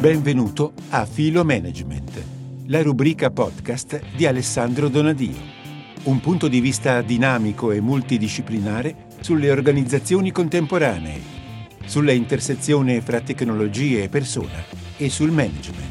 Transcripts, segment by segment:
Benvenuto a Filo Management, la rubrica podcast di Alessandro Donadio. Un punto di vista dinamico e multidisciplinare sulle organizzazioni contemporanee, sulla intersezione fra tecnologie e persona e sul management.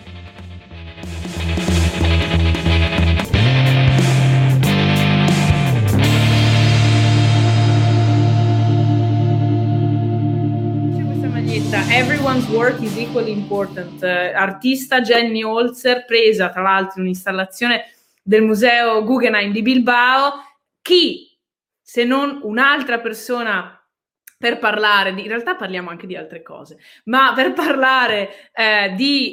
Everyone's work is equally important. Artista Jenny Holzer, presa tra l'altro in un'installazione del museo Guggenheim di Bilbao. Chi, se non un'altra persona, per parlare di, in realtà parliamo anche di altre cose, ma per parlare di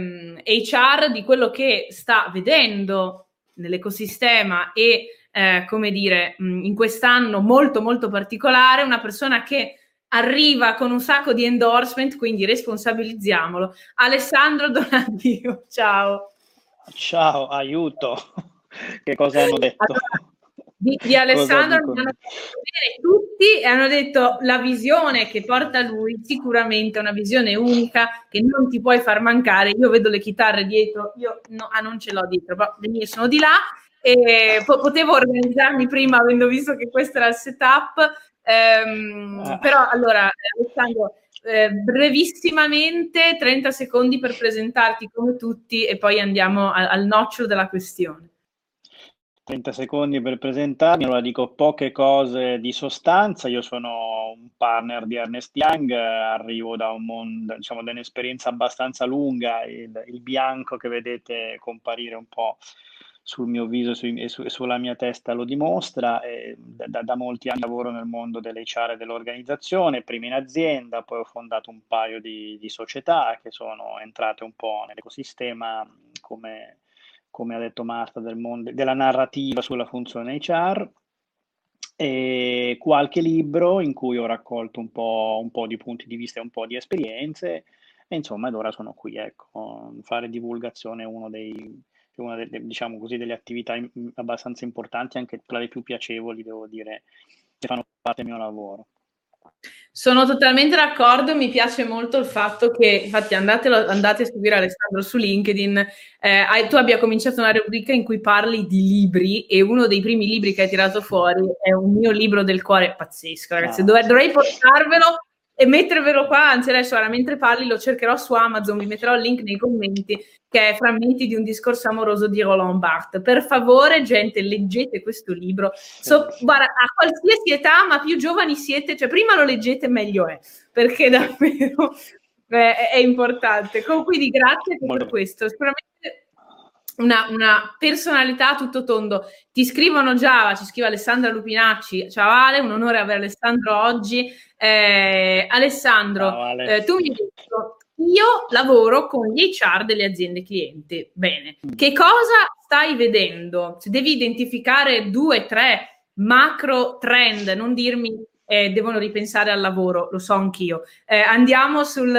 HR, di quello che sta vedendo nell'ecosistema e come dire, in quest'anno molto molto particolare, una persona che arriva con un sacco di endorsement, quindi responsabilizziamolo. Alessandro Donadio, ciao. Ciao, aiuto. Che cosa hanno detto? Allora, di Alessandro mi hanno fatto vedere tutti e hanno detto la visione che porta lui sicuramente è una visione unica che non ti puoi far mancare. Io vedo le chitarre dietro, io no, non ce l'ho dietro, ma le mie sono di là e potevo organizzarmi prima avendo visto che questo era il setup. Però allora Alessandro, brevissimamente 30 secondi per presentarti come tutti e poi andiamo al nocciolo della questione. 30 secondi per presentarmi, allora dico poche cose di sostanza. Io sono un partner di Ernst Young, arrivo da un mondo, diciamo, da un'esperienza abbastanza lunga, il bianco che vedete comparire un po' sul mio viso e sulla mia testa lo dimostra. Da molti anni lavoro nel mondo dell'HR e dell'organizzazione, prima in azienda, poi ho fondato un paio di società che sono entrate un po' nell'ecosistema, come ha detto Marta, del mondo della narrativa sulla funzione HR, e qualche libro in cui ho raccolto un po' di punti di vista e un po' di esperienze, e insomma, ed ora sono qui, ecco, fare divulgazione è una diciamo così, delle attività abbastanza importanti, anche tra le più piacevoli, devo dire, che fanno parte del mio lavoro. Sono totalmente d'accordo, mi piace molto il fatto che, infatti andate a seguire Alessandro su LinkedIn, tu abbia cominciato una rubrica in cui parli di libri e uno dei primi libri che hai tirato fuori è un mio libro del cuore pazzesco, ragazzi, dovrei portarvelo e mettervelo qua, anzi adesso mentre parli lo cercherò su Amazon, vi metterò il link nei commenti, che è Frammenti di un discorso amoroso di Roland Barthes. Per favore, gente, leggete questo libro. Guarda, a qualsiasi età, ma più giovani siete, cioè prima lo leggete meglio è, perché davvero è importante. Quindi grazie per questo. Sicuramente una personalità a tutto tondo. Ti scrivono già, ci scrive Alessandra Lupinacci. Ciao Ale, un onore avere Alessandro oggi. Alessandro, Ciao, Ale. tu mi hai detto, io lavoro con gli HR delle aziende clienti. Bene, che cosa stai vedendo? Se devi identificare 2, 3 macro trend, non dirmi devono ripensare al lavoro, lo so anch'io. Andiamo sul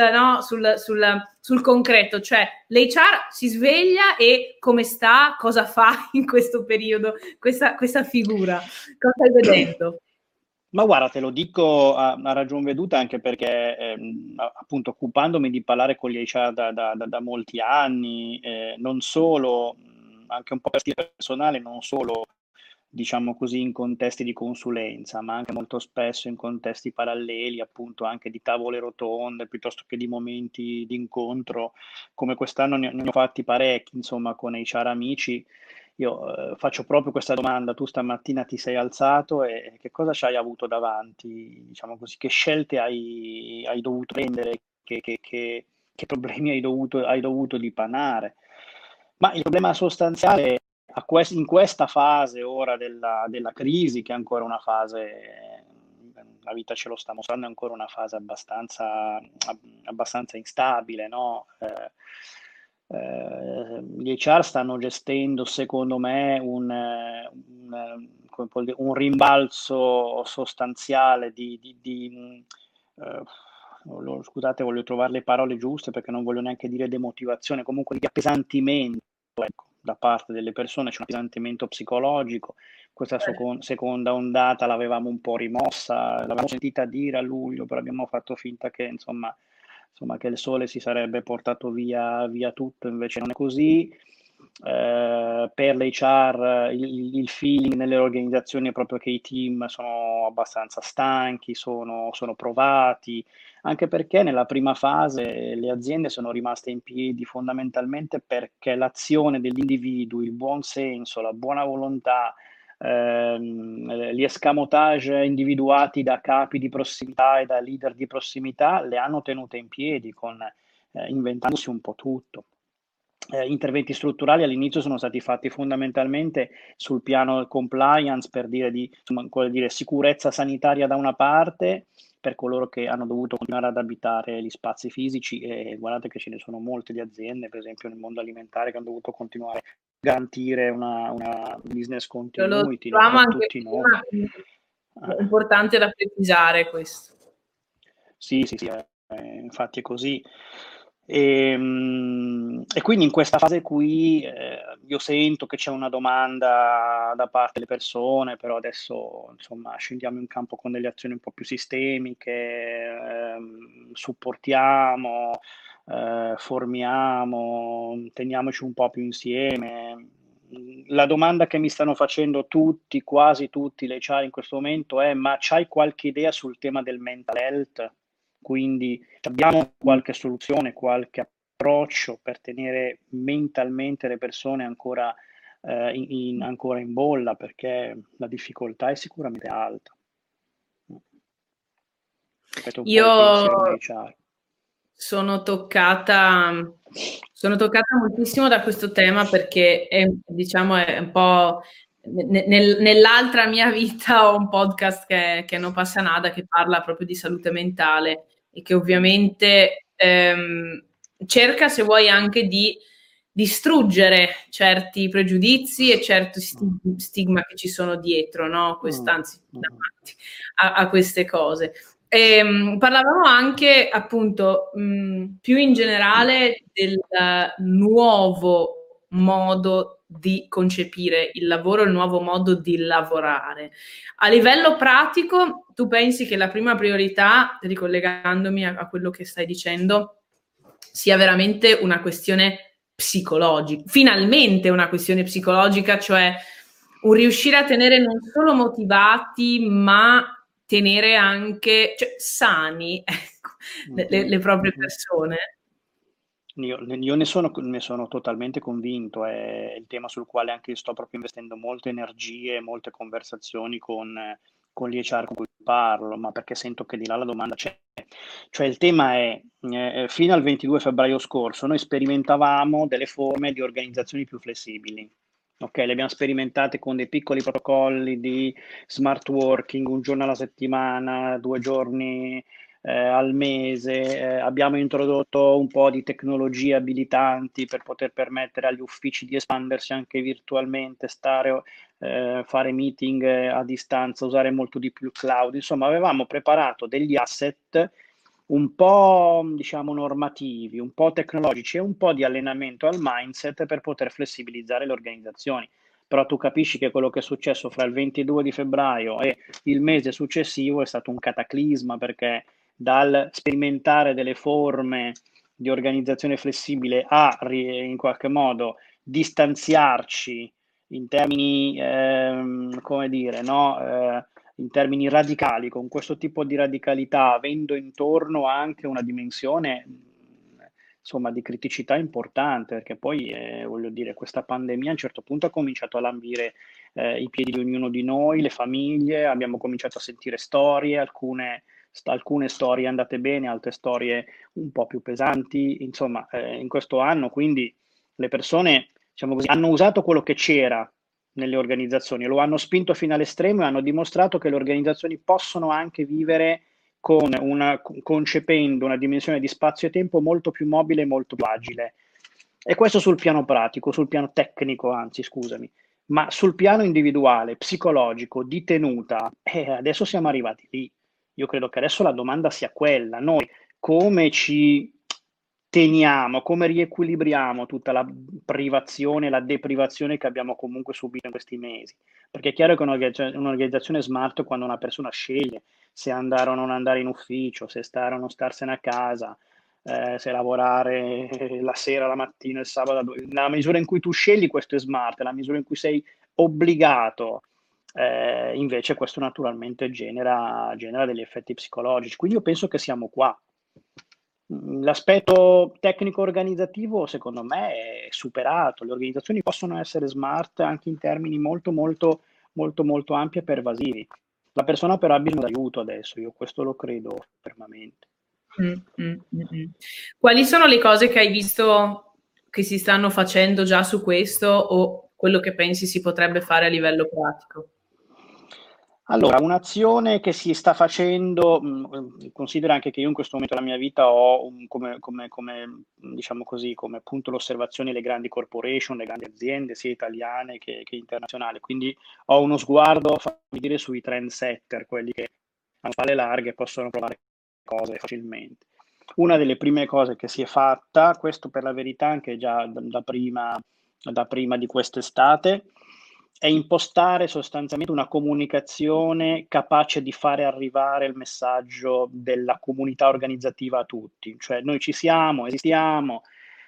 concreto, cioè l'HR si sveglia e come sta, cosa fa in questo periodo, questa figura, cosa stai vedendo? Ma guarda, te lo dico a ragion veduta, anche perché appunto occupandomi di parlare con gli HR da molti anni, non solo, anche un po' per stile personale, non solo diciamo così in contesti di consulenza, ma anche molto spesso in contesti paralleli, appunto anche di tavole rotonde, piuttosto che di momenti di incontro, come quest'anno ne ho fatti parecchi, insomma, con HR amici. Io faccio proprio questa domanda: tu stamattina ti sei alzato e che cosa ci hai avuto davanti, diciamo così, che scelte hai dovuto prendere, che problemi hai dovuto dipanare? Ma il problema sostanziale in questa fase ora della crisi, che è ancora una fase, la vita ce lo sta mostrando, è ancora una fase abbastanza instabile, no? Gli HR stanno gestendo, secondo me, un rimbalzo sostanziale scusate, voglio trovare le parole giuste perché non voglio neanche dire demotivazione, comunque di appesantimento, ecco, da parte delle persone. C'è un appesantimento psicologico. Questa seconda ondata l'avevamo un po' rimossa, l'avevamo sentita dire a luglio, però abbiamo fatto finta che insomma insomma, che il sole si sarebbe portato via tutto, invece non è così. Per l'HR il feeling nelle organizzazioni è proprio che i team sono abbastanza stanchi, sono provati, anche perché nella prima fase le aziende sono rimaste in piedi fondamentalmente perché l'azione degli individui, il buon senso, la buona volontà, gli escamotage individuati da capi di prossimità e da leader di prossimità le hanno tenute in piedi inventandosi un po' tutto. Interventi strutturali all'inizio sono stati fatti fondamentalmente sul piano compliance, per dire sicurezza sanitaria da una parte, per coloro che hanno dovuto continuare ad abitare gli spazi fisici, e guardate che ce ne sono molte di aziende, per esempio nel mondo alimentare, che hanno dovuto continuare a garantire una business Lo continuity dicevamo per anche tutti noi. prima, quindi è importante da precisare questo. Sì, infatti è così. E quindi in questa fase qui io sento che c'è una domanda da parte delle persone, però adesso insomma scendiamo in campo con delle azioni un po' più sistemiche, supportiamo, formiamo, teniamoci un po' più insieme. La domanda che mi stanno facendo tutti, quasi tutti le HR in questo momento è: ma c'hai qualche idea sul tema del mental health? Quindi abbiamo qualche soluzione, qualche approccio per tenere mentalmente le persone ancora in bolla, perché la difficoltà è sicuramente alta. Questo è un po' il pensiero Io di HR. sono toccata moltissimo da questo tema perché diciamo, è un po' nell'altra mia vita ho un podcast che non passa nada, che parla proprio di salute mentale e che ovviamente cerca, se vuoi, anche di distruggere certi pregiudizi e certi stigma che ci sono dietro, no? Anzi, davanti a queste cose. Parlavamo anche, appunto, più in generale del nuovo modo di concepire il lavoro, il nuovo modo di lavorare. A livello pratico, tu pensi che la prima priorità, ricollegandomi a quello che stai dicendo, sia veramente una questione psicologica, finalmente una questione psicologica, cioè un riuscire a tenere non solo motivati, ma tenere anche, cioè, sani, ecco, le proprie persone? Io ne sono totalmente convinto, è il tema sul quale anche io sto proprio investendo molte energie, molte conversazioni con gli HR con cui parlo, ma perché sento che di là la domanda c'è. Cioè il tema è, fino al 22 febbraio scorso noi sperimentavamo delle forme di organizzazioni più flessibili. Ok, le abbiamo sperimentate con dei piccoli protocolli di smart working, un giorno alla settimana, 2 giorni al mese, abbiamo introdotto un po' di tecnologie abilitanti per poter permettere agli uffici di espandersi anche virtualmente, fare meeting a distanza, usare molto di più il cloud. Insomma, avevamo preparato degli asset un po', diciamo, normativi, un po' tecnologici e un po' di allenamento al mindset per poter flessibilizzare le organizzazioni. Però tu capisci che quello che è successo fra il 22 di febbraio e il mese successivo è stato un cataclisma, perché dal sperimentare delle forme di organizzazione flessibile a in qualche modo distanziarci in termini, come dire, no? In termini radicali, con questo tipo di radicalità, avendo intorno anche una dimensione insomma di criticità importante, perché poi voglio dire, questa pandemia a un certo punto ha cominciato a lambire i piedi di ognuno di noi, le famiglie, abbiamo cominciato a sentire storie, alcune storie andate bene, altre storie un po' più pesanti, insomma, in questo anno quindi le persone, diciamo così, hanno usato quello che c'era nelle organizzazioni, lo hanno spinto fino all'estremo e hanno dimostrato che le organizzazioni possono anche vivere concependo una dimensione di spazio e tempo molto più mobile e molto più agile. E questo sul piano pratico, sul piano tecnico, anzi, scusami, ma sul piano individuale, psicologico, di tenuta, adesso siamo arrivati lì. Io credo che adesso la domanda sia quella: noi come ci teniamo, come riequilibriamo tutta la privazione, la deprivazione che abbiamo comunque subito in questi mesi? Perché è chiaro che un'organizzazione smart, quando una persona sceglie se andare o non andare in ufficio, se stare o non starsene a casa, se lavorare la sera, la mattina, il sabato. Nella misura in cui tu scegli, questo è smart, nella misura in cui sei obbligato, invece questo naturalmente genera degli effetti psicologici. Quindi io penso che siamo qua. L'aspetto tecnico-organizzativo, secondo me, è superato. Le organizzazioni possono essere smart anche in termini molto, molto, molto, molto ampi e pervasivi. La persona però ha bisogno di aiuto adesso, io questo lo credo fermamente. Quali sono le cose che hai visto che si stanno facendo già su questo, o quello che pensi si potrebbe fare a livello pratico? Allora, un'azione che si sta facendo, considera anche che io in questo momento della mia vita ho diciamo così, come punto l'osservazione le grandi corporation, le grandi aziende, sia italiane che internazionali, quindi ho uno sguardo, fammi dire, sui trendsetter, quelli che hanno spalle larghe e possono provare cose facilmente. Una delle prime cose che si è fatta, questo per la verità anche già da prima di quest'estate, è impostare sostanzialmente una comunicazione capace di fare arrivare il messaggio della comunità organizzativa a tutti. Cioè noi ci siamo, esistiamo,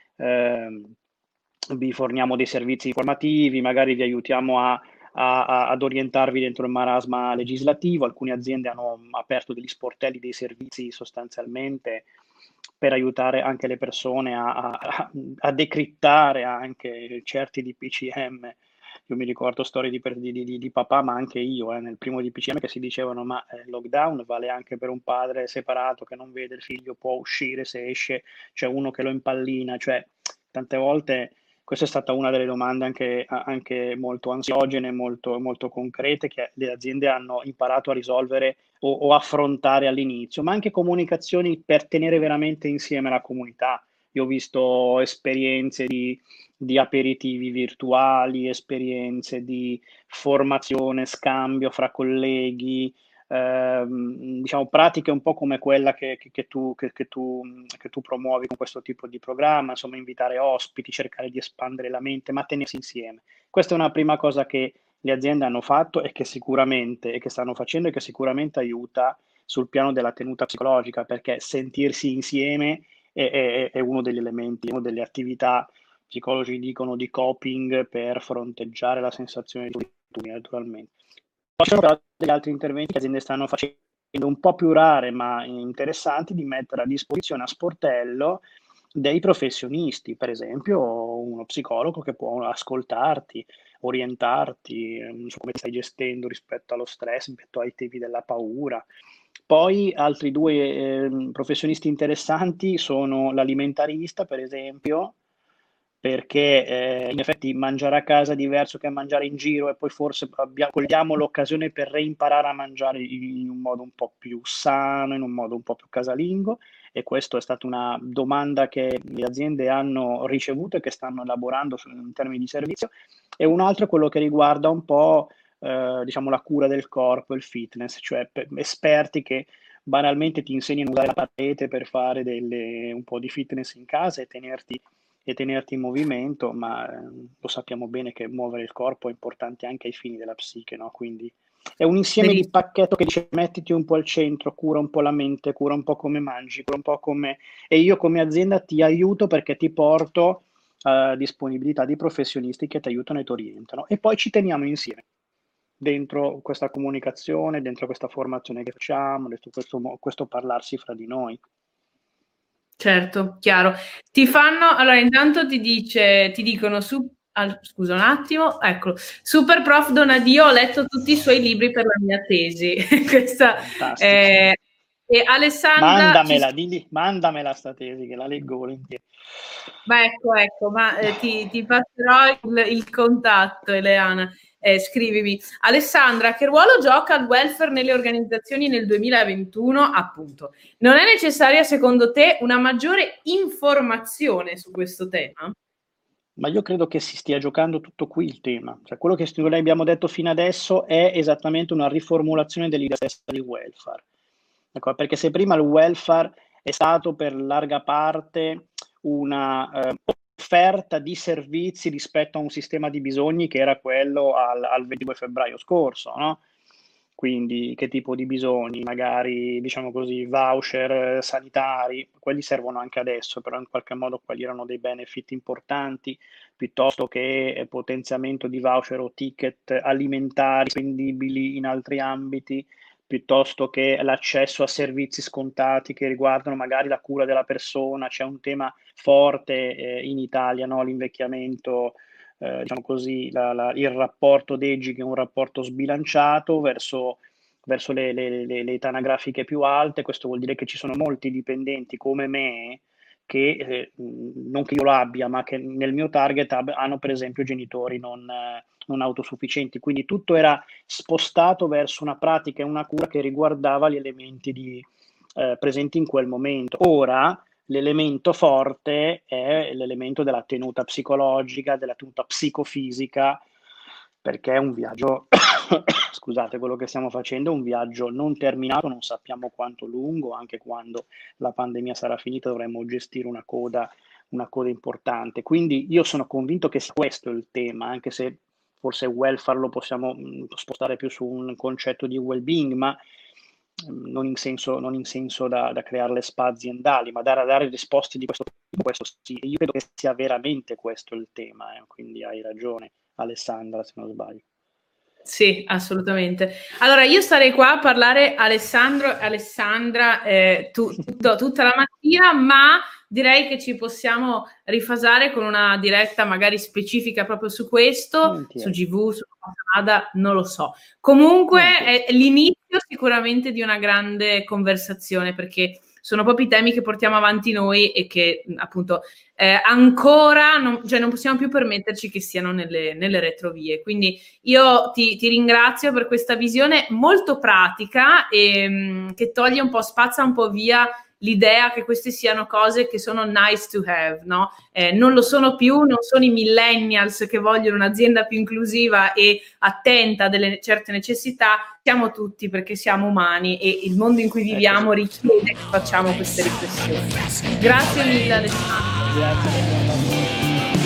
vi forniamo dei servizi informativi, magari vi aiutiamo ad orientarvi dentro il marasma legislativo. Alcune aziende hanno aperto degli sportelli dei servizi sostanzialmente per aiutare anche le persone a decrittare anche certi DPCM. Io mi ricordo storie di papà, ma anche io, nel primo DPCM, che si dicevano: ma il lockdown vale anche per un padre separato che non vede il figlio, può uscire, se esce c'è uno che lo impallina. Cioè, tante volte questa è stata una delle domande anche molto ansiogene, molto, molto concrete, che le aziende hanno imparato a risolvere o affrontare all'inizio, ma anche comunicazioni per tenere veramente insieme la comunità. Io ho visto esperienze di aperitivi virtuali, esperienze di formazione, scambio fra colleghi, diciamo pratiche un po' come quella che tu promuovi con questo tipo di programma, insomma invitare ospiti, cercare di espandere la mente, ma tenersi insieme. Questa è una prima cosa che le aziende hanno fatto e che stanno facendo e che sicuramente aiuta sul piano della tenuta psicologica, perché sentirsi insieme è uno degli elementi, una delle attività, psicologi dicono, di coping per fronteggiare la sensazione di solitudine, naturalmente. Poi ci sono però degli altri interventi che le aziende stanno facendo, un po' più rare ma interessanti, di mettere a disposizione a sportello dei professionisti, per esempio uno psicologo che può ascoltarti, orientarti su come ti stai gestendo rispetto allo stress, rispetto ai temi della paura. Poi altri due professionisti interessanti sono l'alimentarista, per esempio, perché in effetti mangiare a casa è diverso che mangiare in giro, e poi forse cogliamo l'occasione per reimparare a mangiare in un modo un po' più sano, in un modo un po' più casalingo, e questa è stata una domanda che le aziende hanno ricevuto e che stanno elaborando in termini di servizio. E un altro è quello che riguarda un po' diciamo la cura del corpo, il fitness, cioè esperti che banalmente ti insegnano a usare la parete per fare un po' di fitness in casa e tenerti in movimento, ma lo sappiamo bene che muovere il corpo è importante anche ai fini della psiche, no? Quindi è un insieme di pacchetto che dice: mettiti un po' al centro, cura un po' la mente, cura un po' come mangi, cura un po' come... E io come azienda ti aiuto perché ti porto disponibilità di professionisti che ti aiutano e ti orientano, e poi ci teniamo insieme dentro questa comunicazione, dentro questa formazione che facciamo, dentro questo parlarsi fra di noi. Certo, chiaro. Allora intanto ti dicono scusa un attimo, ecco, Super Prof Donadio, ho letto tutti i suoi libri per la mia tesi. Questa e Alessandra mandamela sta tesi che la leggo volentieri. Ma ecco, ma ti passerò il contatto, Eleana. Scrivimi. Alessandra, che ruolo gioca il welfare nelle organizzazioni nel 2021? Appunto. Non è necessaria, secondo te, una maggiore informazione su questo tema? Ma io credo che si stia giocando tutto qui il tema. Cioè, quello che noi abbiamo detto fino adesso è esattamente una riformulazione dell'idea stessa di welfare. Ecco, perché se prima il welfare è stato per larga parte una offerta di servizi rispetto a un sistema di bisogni che era quello al 22 febbraio scorso, no? quindi che tipo di bisogni, magari diciamo così voucher sanitari, quelli servono anche adesso, però in qualche modo quelli erano dei benefit importanti, piuttosto che potenziamento di voucher o ticket alimentari spendibili in altri ambiti, piuttosto che l'accesso a servizi scontati che riguardano magari la cura della persona. C'è un tema forte in Italia, no? L'invecchiamento, diciamo così, il rapporto DEGI, che è un rapporto sbilanciato verso le età anagrafiche più alte. Questo vuol dire che ci sono molti dipendenti come me che, non che io l'abbia, ma che nel mio target hanno per esempio genitori non autosufficienti, quindi tutto era spostato verso una pratica e una cura che riguardava gli elementi presenti in quel momento. Ora l'elemento forte è l'elemento della tenuta psicologica, della tenuta psicofisica, perché è un viaggio, scusate, quello che stiamo facendo è un viaggio non terminato, non sappiamo quanto lungo, anche quando la pandemia sarà finita dovremo gestire una coda importante. Quindi io sono convinto che sia questo il tema, anche se forse welfare lo possiamo spostare più su un concetto di well-being, ma non in senso da creare le spa aziendali, ma dare risposte di questo tipo, questo sì. Io credo che sia veramente questo il tema, quindi hai ragione Alessandra, se non sbaglio. Sì, assolutamente. Allora, io starei qua a parlare Alessandra tutta la mattina, ma direi che ci possiamo rifasare con una diretta magari specifica proprio su questo, su GV, su Ada, non lo so. Comunque è l'inizio sicuramente di una grande conversazione, perché sono proprio i temi che portiamo avanti noi e che appunto ancora non possiamo più permetterci che siano nelle retrovie. Quindi io ti ringrazio per questa visione molto pratica e che toglie un po', spazza un po' via l'idea che queste siano cose che sono nice to have, no? Non lo sono più, non sono i millennials che vogliono un'azienda più inclusiva e attenta delle certe necessità, siamo tutti, perché siamo umani e il mondo in cui viviamo richiede che facciamo queste riflessioni. Grazie mille Alessandro. Grazie.